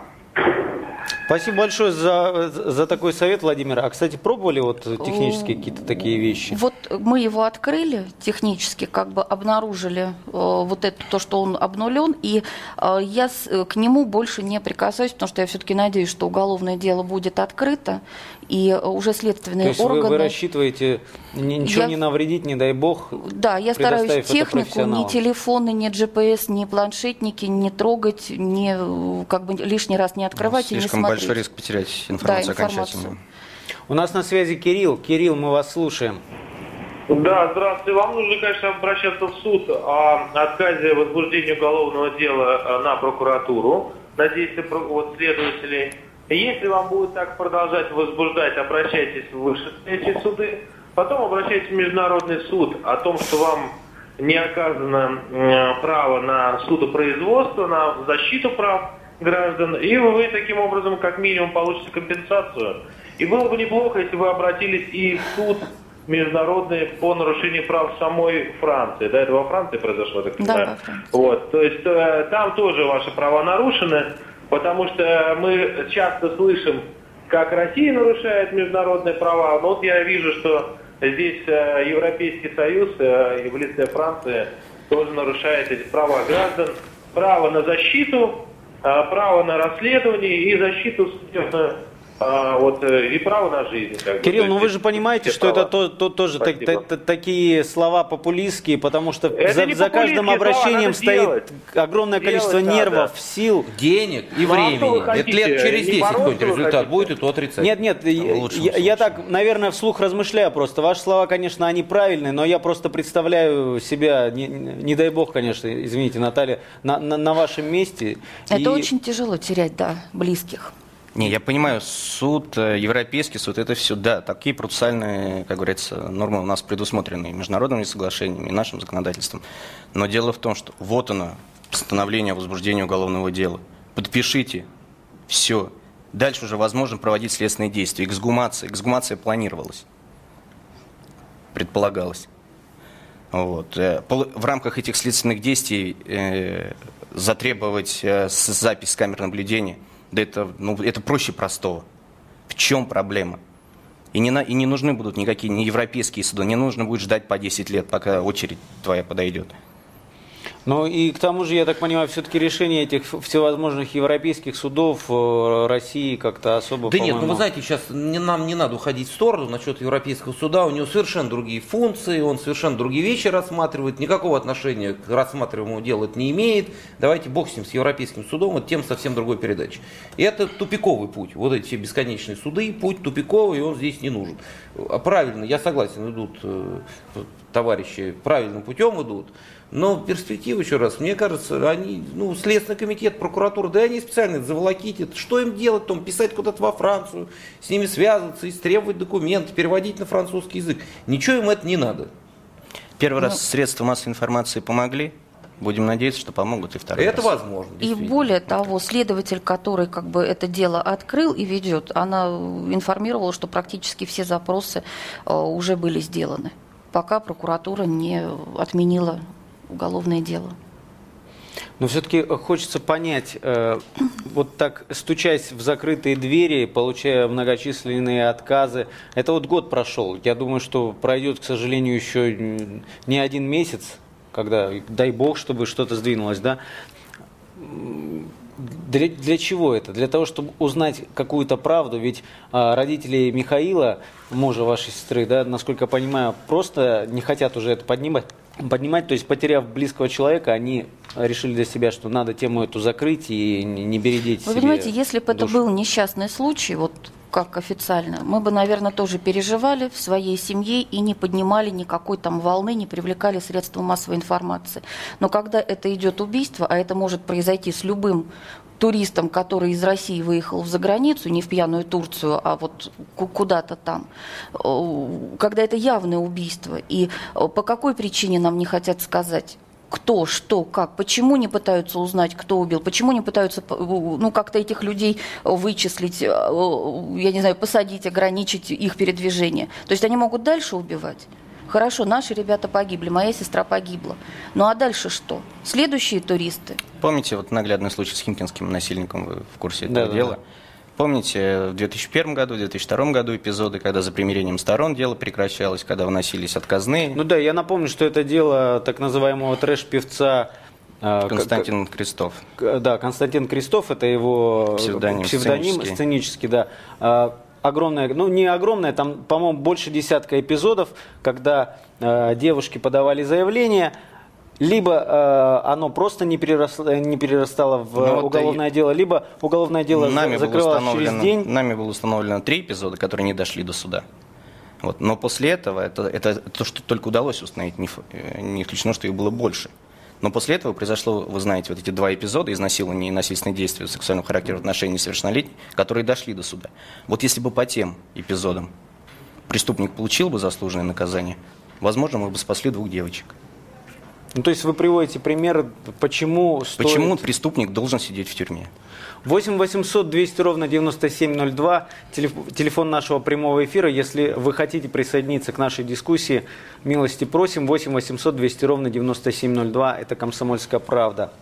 S2: Спасибо большое за, за такой совет, Владимир. А, кстати, пробовали вот технические какие-то такие вещи?
S4: Вот мы его открыли технически, как бы обнаружили э, вот это, то, что он обнулен, и э, я с, к нему больше не прикасаюсь, потому что я все-таки надеюсь, что уголовное дело будет открыто, и уже следственные
S2: то есть
S4: органы...
S2: Вы, вы рассчитываете ничего
S4: я...
S2: не навредить, не дай бог?
S4: Да, я стараюсь технику, ни телефоны, ни джи пи эс, ни планшетники не трогать, ни, как бы лишний раз не открывать
S5: ну,
S4: и не смотреть.
S5: Слишком большой риск потерять информацию, да, окончательно.
S2: У нас на связи Кирилл. Кирилл, мы вас слушаем.
S10: Да, здравствуйте. Вам нужно, конечно, обращаться в суд о отказе возбуждения уголовного дела на прокуратуру, на действия вот, следователей. Если вам будет так продолжать возбуждать, обращайтесь в вышестоящие суды, потом обращайтесь в Международный суд о том, что вам не оказано э, право на судопроизводство, на защиту прав граждан, и вы таким образом как минимум получите компенсацию. И было бы неплохо, если вы обратились и в суд международный по нарушению прав самой Франции. Да, это во Франции произошло, так понимаю? Да, во Франции. Вот, то есть э, там тоже ваши права нарушены. Потому что мы часто слышим, как Россия нарушает международные права. Но вот я вижу, что здесь Европейский Союз и в лице Франции тоже нарушает эти права граждан. Право на защиту, право на расследование и защиту судебную. А, вот, и право на жизнь. Как
S2: Кирилл,
S10: бы,
S2: ну вы же понимаете, что права. это то, то, тоже та, та, та, такие слова популистские, потому что за, за каждым обращением стоит делать. огромное делать количество надо. нервов, сил.
S6: Денег и ну, времени. А это лет через десять хоть результат хотите? будет, и то отрицать.
S2: Нет, нет, я, я так, наверное, вслух размышляю просто. Ваши слова, конечно, они правильные, но я просто представляю себя, не, не дай бог, конечно, извините, Наталья, на, на, на вашем месте.
S4: Это
S2: и...
S4: очень тяжело терять, да, близких.
S5: Не, я понимаю, суд, европейский суд, это все, да, такие процессуальные, как говорится, нормы у нас предусмотрены международными соглашениями, и нашим законодательством. Но дело в том, что вот оно, постановление о возбуждении уголовного дела. Подпишите, все. Дальше уже возможно проводить следственные действия. Эксгумация. Эксгумация планировалась, предполагалось. Вот. В рамках этих следственных действий э, затребовать э, запись с камер наблюдения. Да это, ну, это проще простого. В чем проблема? И не, на, и не нужны будут никакие не европейские суды, не нужно будет ждать по десять лет, пока очередь твоя подойдет.
S2: Ну и к тому же, я так понимаю, все-таки решение этих всевозможных европейских судов России как-то особо,
S6: Да
S2: по-моему...
S6: нет, ну вы знаете, сейчас не, нам не надо уходить в сторону насчет Европейского суда, у него совершенно другие функции, он совершенно другие вещи рассматривает, никакого отношения к рассматриваемому делу это не имеет. Давайте бог с ним, с Европейским судом, это тема совсем другой передачи. И это тупиковый путь, вот эти все бесконечные суды, путь тупиковый, и он здесь не нужен. Правильно, я согласен, идут товарищи, правильным путем идут. Но перспективы, еще раз, мне кажется, они, ну, Следственный комитет, прокуратура, да они специально это заволокитят. Что им делать, там, писать куда-то во Францию, с ними связываться, истребовать документы, переводить на французский язык. Ничего им это не надо.
S5: Первый
S4: Но...
S5: раз средства массовой информации помогли. Будем надеяться, что помогут и второй
S6: Это
S5: раз.
S6: возможно.
S4: И более того, следователь, который как бы это дело открыл и ведет, она информировала, что практически все запросы уже были сделаны, пока прокуратура не отменила уголовное дело.
S2: Но все-таки хочется понять, э, вот так стучась в закрытые двери, получая многочисленные отказы, это вот год прошел. Я думаю, что пройдет, к сожалению, еще не один месяц, когда, дай бог, чтобы что-то сдвинулось, да? Для, для чего это? Для того, чтобы узнать какую-то правду, ведь а, родители Михаила, мужа вашей сестры, да, насколько я понимаю, просто не хотят уже это поднимать, поднимать, то есть потеряв близкого человека, они решили для себя, что надо тему эту закрыть и не, не бередить себе.
S4: Вы понимаете, если бы это
S2: душу.
S4: был несчастный случай, вот как официально, мы бы, наверное, тоже переживали в своей семье и не поднимали никакой там волны, не привлекали средства массовой информации. Но когда это идет убийство, а это может произойти с любым туристом, который из России выехал в заграницу, не в пьяную Турцию, а вот куда-то там, когда это явное убийство, и по какой причине нам не хотят сказать, кто, что, как, почему не пытаются узнать, кто убил, почему не пытаются, ну, как-то этих людей вычислить, я не знаю, посадить, ограничить их передвижение. То есть они могут дальше убивать. Хорошо, наши ребята погибли, моя сестра погибла. Ну а дальше что? Следующие туристы.
S5: Помните вот наглядный случай с химкинским насильником, вы в курсе этого
S2: да,
S5: дела?
S2: Да, да.
S5: Помните в две тысячи первом году, в две тысячи втором году эпизоды, когда за примирением сторон дело прекращалось, когда вносились отказные?
S2: Ну да, я напомню, что это дело так называемого трэш-певца
S5: Константин к... Крестов.
S2: Да, Константин Крестов, это его
S5: псевдоним,
S2: псевдоним сценический, сценический, да. Огромное, ну не огромное, там, по-моему, больше десятка эпизодов, когда э, девушки подавали заявление, либо э, оно просто не переросло, не перерастало в ну, уголовное вот дело, либо уголовное дело нами закрывалось через день.
S5: Нами было установлено три эпизода, которые не дошли до суда. Вот. Но после этого, это, это то, что только удалось установить, не, не исключено, что их было больше. Но после этого произошло, вы знаете, вот эти два эпизода изнасилования и насильственных действий сексуального характера в отношении несовершеннолетних, которые дошли до суда. Вот если бы по тем эпизодам преступник получил бы заслуженное наказание, возможно, мы бы спасли двух девочек.
S2: Ну, то есть вы приводите пример, почему стоит...
S5: Почему преступник должен сидеть в тюрьме?
S2: восемь восемьсот двести ровно девяносто семь ноль два, телефон нашего прямого эфира. Если вы хотите присоединиться к нашей дискуссии, милости просим. восемь восемьсот двести ровно девяносто семь ноль два, это «Комсомольская правда».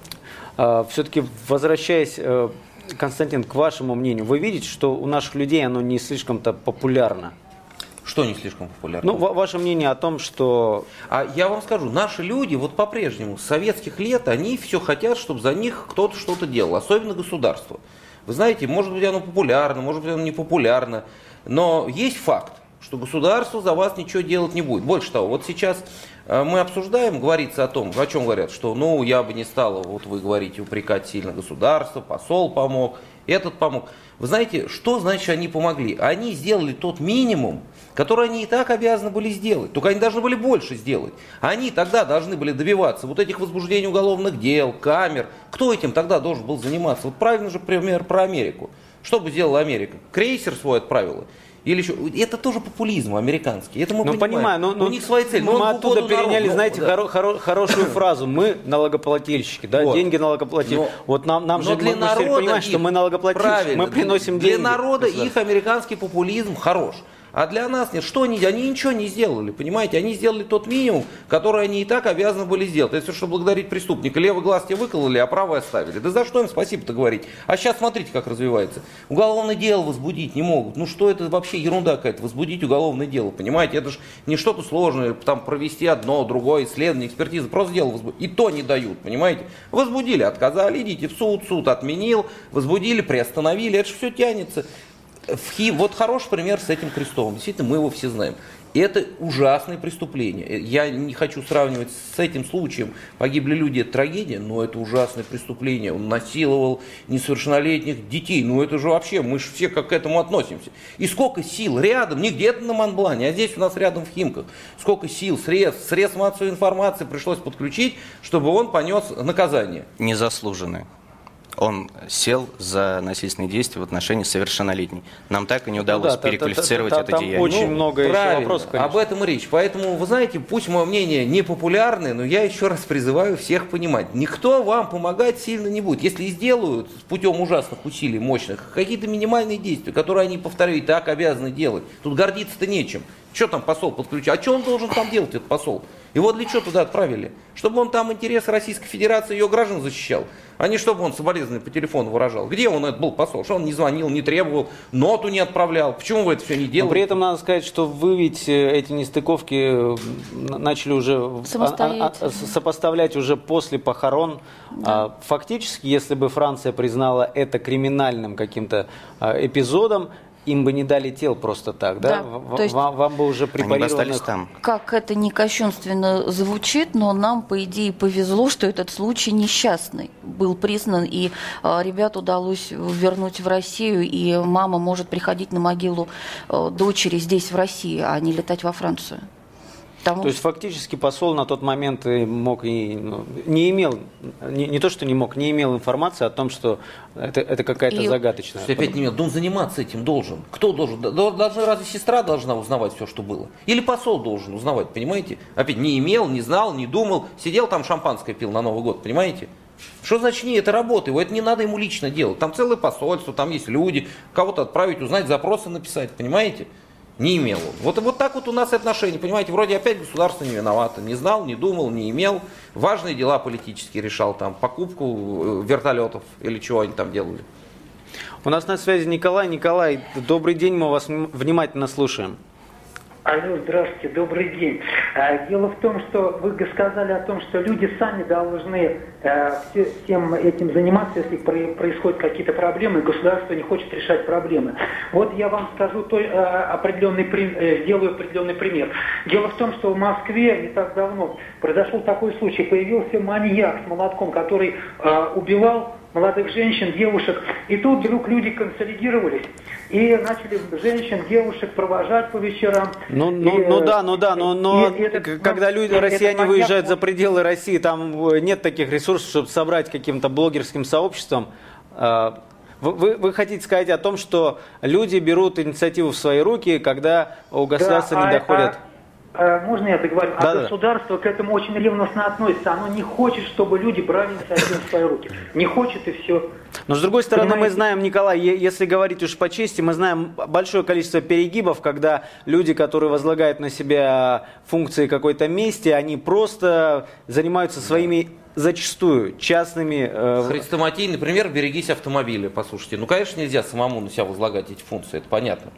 S2: Все-таки возвращаясь, Константин, к вашему мнению, вы видите, что у наших людей оно не слишком-то популярно?
S6: Что не слишком популярно?
S2: Ну, ваше мнение о том, что...
S6: А я вам скажу, наши люди вот по-прежнему с советских лет, они все хотят, чтобы за них кто-то что-то делал, особенно государство. Вы знаете, может быть оно популярно, может быть оно не популярно, но есть факт, что государство за вас ничего делать не будет. Больше того, вот сейчас мы обсуждаем, говорится о том, о чем говорят, что ну я бы не стала, вот вы говорите, упрекать сильно государство, посол помог, этот помог. Вы знаете, что значит они помогли? Они сделали тот минимум, который они и так обязаны были сделать. Только они должны были больше сделать. Они тогда должны были добиваться вот этих возбуждений уголовных дел, камер. Кто этим тогда должен был заниматься? Вот правильно же пример про Америку. Что бы сделала Америка? Крейсер свой отправила? Или еще... Это тоже популизм американский. Это мы
S2: ну,
S6: понимаем.
S2: Понимаю, но,
S6: но у них свои цели.
S2: Мы, мы оттуда переняли, народ, знаете,
S6: да.
S2: хоро, хоро, хорошую фразу. Мы налогоплательщики, да, вот. Деньги налогоплательщики. Но, вот нам, нам же
S6: для
S2: мы, мы понимаем, что мы налогоплательщики, мы приносим
S6: для
S2: деньги.
S6: Для народа их американский популизм хорош. А для нас нет. Что они? Они ничего не сделали, понимаете? Они сделали тот минимум, который они и так обязаны были сделать. Это все, что благодарить преступника. Левый глаз тебе выкололи, а правый оставили. Да за что им спасибо-то говорить? А сейчас смотрите, как развивается. Уголовное дело возбудить не могут. Ну что это вообще ерунда какая-то, возбудить уголовное дело, понимаете? Это же не что-то сложное, там провести одно, другое исследование, экспертизу, просто дело возбудить. И то не дают, понимаете? Возбудили, отказали, идите в суд, суд отменил, возбудили, приостановили, это же все тянется. В Хим... Вот хороший пример с этим Крестовым, действительно, мы его все знаем. Это ужасное преступление. Я не хочу сравнивать с этим случаем. Погибли люди, это трагедия, но это ужасное преступление. Он насиловал несовершеннолетних детей. Ну это же вообще, мы же все как к этому относимся. И сколько сил рядом, не где-то на Монблане, а здесь у нас рядом в Химках. Сколько сил, средств, средств массовой информации пришлось подключить, чтобы он понес наказание.
S5: Незаслуженное. Он сел за насильственные действия в отношении совершеннолетней. Нам так и не удалось
S2: да,
S5: переквалифицировать
S2: та, та, та,
S5: это
S2: там
S5: деяние.
S2: очень
S6: ну,
S2: много еще вопросов, конечно.
S6: Об этом и речь. Поэтому, вы знаете, пусть мое мнение не популярное, но я еще раз призываю всех понимать. Никто вам помогать сильно не будет. Если и сделают путем ужасных усилий, мощных, какие-то минимальные действия, которые они, повторяю, и так обязаны делать. Тут гордиться-то нечем. Что там посол подключил? А что он должен там делать, этот посол? Его для чего туда отправили? Чтобы он там интересы Российской Федерации и ее граждан защищал, а не чтобы он соболезнования по телефону выражал. Где он, этот был посол? Что он не звонил, не требовал, ноту не отправлял? Почему вы это все не делаете?
S2: Но при этом надо сказать, что вы ведь эти нестыковки начали уже сопоставлять уже после похорон. Да. Фактически, если бы Франция признала это криминальным каким-то эпизодом, им бы не дали тел просто так, да?
S4: Да, то есть
S2: вам, вам бы уже препарированных...
S5: там.
S4: Как это не кощунственно звучит, но нам, по идее, повезло, что этот случай несчастный был признан, и э, ребят удалось вернуть в Россию, и мама может приходить на могилу э, дочери здесь, в России, а не летать во Францию. Потому...
S2: То есть фактически посол на тот момент мог и, ну, не имел, не, не то что не мог, не имел информации о том, что это, это какая-то и... загадочная.
S6: Что опять не имел, он заниматься этим должен. Кто должен? Должна, разве сестра должна узнавать все, что было? Или посол должен узнавать, понимаете? Опять не имел, не знал, не думал, сидел там шампанское пил на Новый год, понимаете? Что значит не, это работа его, это не надо ему лично делать. Там целое посольство, там есть люди, кого-то отправить, узнать, запросы написать, понимаете? Не имел он. Вот, вот так вот у нас отношения, понимаете, вроде опять государство не виновато. Не знал, не думал, не имел. Важные дела политические решал, там, покупку вертолетов или чего они там делали.
S2: У нас на связи Николай. Николай, добрый день, мы вас внимательно слушаем.
S11: Алло, здравствуйте, добрый день. Дело в том, что вы сказали о том, что люди сами должны всем этим заниматься, если происходят какие-то проблемы, и государство не хочет решать проблемы. Вот я вам скажу, то, определенный, сделаю определенный пример. Дело в том, что в Москве не так давно произошел такой случай. Появился маньяк с молотком, который убивал молодых женщин, девушек. И тут вдруг люди консолидировались и начали женщин, девушек провожать по вечерам.
S2: Ну, ну,
S11: и,
S2: ну да, ну да, но, но и, этот, когда люди, россияне
S11: маньяк...
S2: выезжают за пределы России, там нет таких ресурсов, чтобы собрать каким-то блогерским сообществом. Вы, вы, вы хотите сказать о том, что люди берут инициативу в свои руки, когда у государства да, не а, доходят...
S11: А... Можно я договорю?
S2: Да,
S11: а
S2: да.
S11: Государство к этому очень ревностно относится. Оно не хочет, чтобы люди брали инициативу в свои руки. Не хочет и все.
S2: Но с другой стороны,
S11: Понимаете?
S2: мы знаем, Николай, если говорить уж по чести, мы знаем большое количество перегибов, когда люди, которые возлагают на себя функции какой-то мести, они просто занимаются своими... зачастую частными... Э...
S6: Хрестоматийный пример, берегись автомобиля, послушайте. Ну, конечно, нельзя самому на себя возлагать эти функции, это понятно.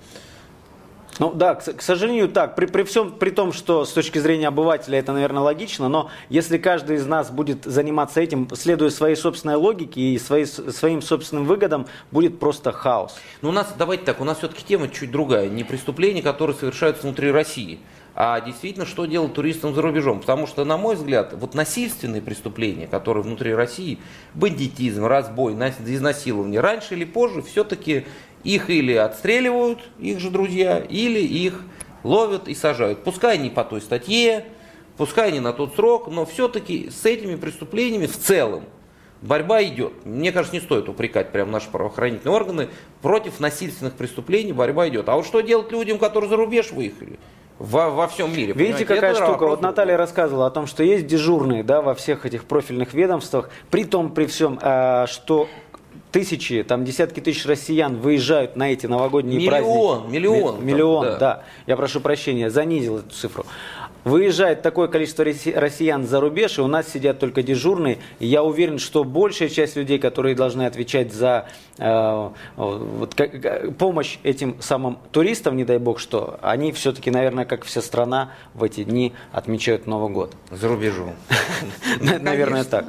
S2: Ну да, к, к сожалению, так. При, при всем, при том, что с точки зрения обывателя это, наверное, логично, но если каждый из нас будет заниматься этим, следуя своей собственной логике и своей, своим собственным выгодам, будет просто хаос.
S6: Ну, у нас, давайте так, у нас все-таки тема чуть другая. Не преступления, которые совершаются внутри России, а действительно, что делать туристам за рубежом. Потому что, на мой взгляд, вот насильственные преступления, которые внутри России, бандитизм, разбой, изнасилование, раньше или позже все-таки их или отстреливают, их же друзья, или их ловят и сажают. Пускай не по той статье, пускай не на тот срок, но все-таки с этими преступлениями в целом борьба идет. Мне кажется, не стоит упрекать прям наши правоохранительные органы. Против насильственных преступлений борьба идет. А вот что делать людям, которые за рубеж выехали? Во, во всем мире.
S2: Видите, какая это штука? Вот Наталья рассказывала о том, что есть дежурные, да, во всех этих профильных ведомствах, при том, при всем, э, что тысячи, там десятки тысяч россиян выезжают на эти новогодние
S6: миллион,
S2: праздники.
S6: Миллион,
S2: Ми- миллион.
S6: да.
S2: да. Я прошу прощения, занизил эту цифру. Выезжает такое количество россиян за рубеж, и у нас сидят только дежурные. И я уверен, что большая часть людей, которые должны отвечать за э, вот, как, помощь этим самым туристам, не дай бог что, они все-таки, наверное, как вся страна в эти дни отмечают Новый год.
S6: За рубежом.
S2: Наверное, так.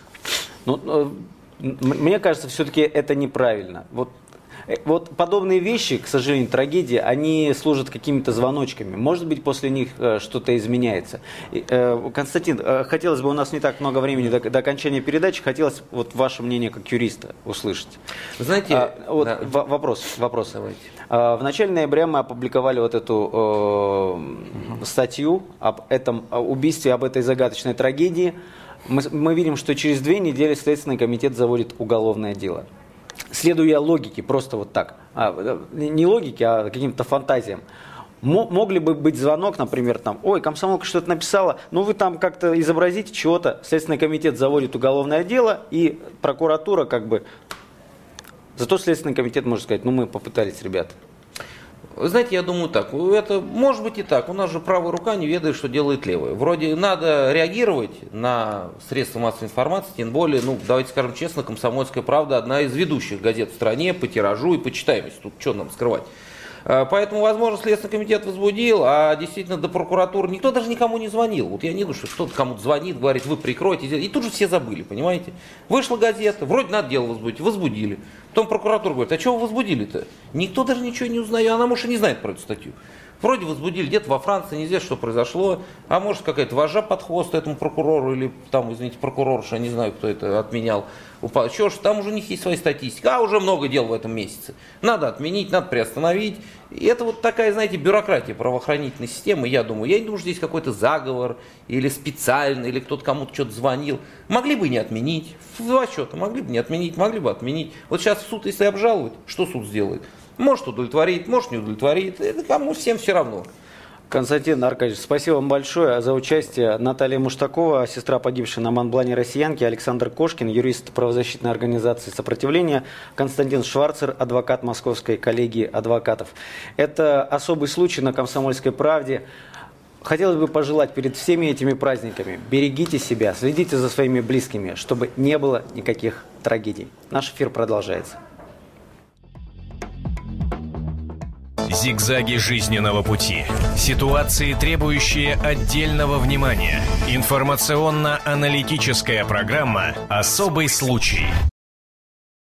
S2: Мне кажется, все-таки это неправильно. Вот. Вот подобные вещи, к сожалению, трагедии, они служат какими-то звоночками. Может быть, после них э, что-то изменяется. Э, Константин, э, хотелось бы, у нас не так много времени до, до окончания передачи, хотелось вот ваше мнение как юриста услышать.
S6: Знаете,
S2: а, вот
S6: да.
S2: в, вопрос, вопрос.
S6: Давайте.
S2: А, в начале ноября мы опубликовали вот эту э, угу. статью об этом убийстве, об этой загадочной трагедии. Мы, мы видим, что через две недели Следственный комитет заводит уголовное дело. Следуя логике, просто вот так, а, не логике, а каким-то фантазиям, мог ли бы быть звонок, например, там, ой, комсомолка что-то написала, ну вы там как-то изобразите чего-то, Следственный комитет заводит уголовное дело, и прокуратура как бы, зато Следственный комитет может сказать, ну мы попытались, ребята.
S6: Вы знаете, я думаю так, это может быть и так, у нас же правая рука не ведает, что делает левая. Вроде надо реагировать на средства массовой информации, тем более, ну, давайте скажем честно, «Комсомольская правда» одна из ведущих газет в стране по тиражу и по читаемости, тут что нам скрывать. Поэтому, возможно, Следственный комитет возбудил, а действительно до прокуратуры никто даже никому не звонил. Вот я не думаю, что кто-то кому-то звонит, говорит, вы прикройте. И тут же все забыли, понимаете? Вышла газета, вроде надо дело возбудить, возбудили. Потом прокуратура говорит, а чего вы возбудили-то? Никто даже ничего не узнает, она, может, и не знает про эту статью. Вроде возбудили где-то во Франции, неизвестно, что произошло, а может какая-то вожжа под хвост этому прокурору, или там, извините, прокурорша, я не знаю, кто это отменял. Что ж, там уже у них есть своя статистика, а уже много дел в этом месяце. Надо отменить, надо приостановить. И это вот такая, знаете, бюрократия правоохранительной системы, я думаю. Я не думаю, что здесь какой-то заговор, или специально, или кто-то кому-то что-то звонил. Могли бы не отменить, в два счета, могли бы не отменить, могли бы отменить. Вот сейчас в суд, если обжаловать, что суд сделает? Может удовлетворит, может не удовлетворит. Это кому всем все равно.
S2: Константин Аркадьевич, спасибо вам большое за участие. Наталья Муштакова, сестра погибшей на Монблане россиянки, Александр Кошкин, юрист правозащитной организации «Сопротивление», Константин Шварцер, адвокат Московской коллегии адвокатов. Это особый случай на «Комсомольской правде». Хотелось бы пожелать перед всеми этими праздниками: берегите себя, следите за своими близкими, чтобы не было никаких трагедий. Наш эфир продолжается.
S1: Зигзаги жизненного пути. Ситуации, требующие отдельного внимания. Информационно-аналитическая программа «Особый случай».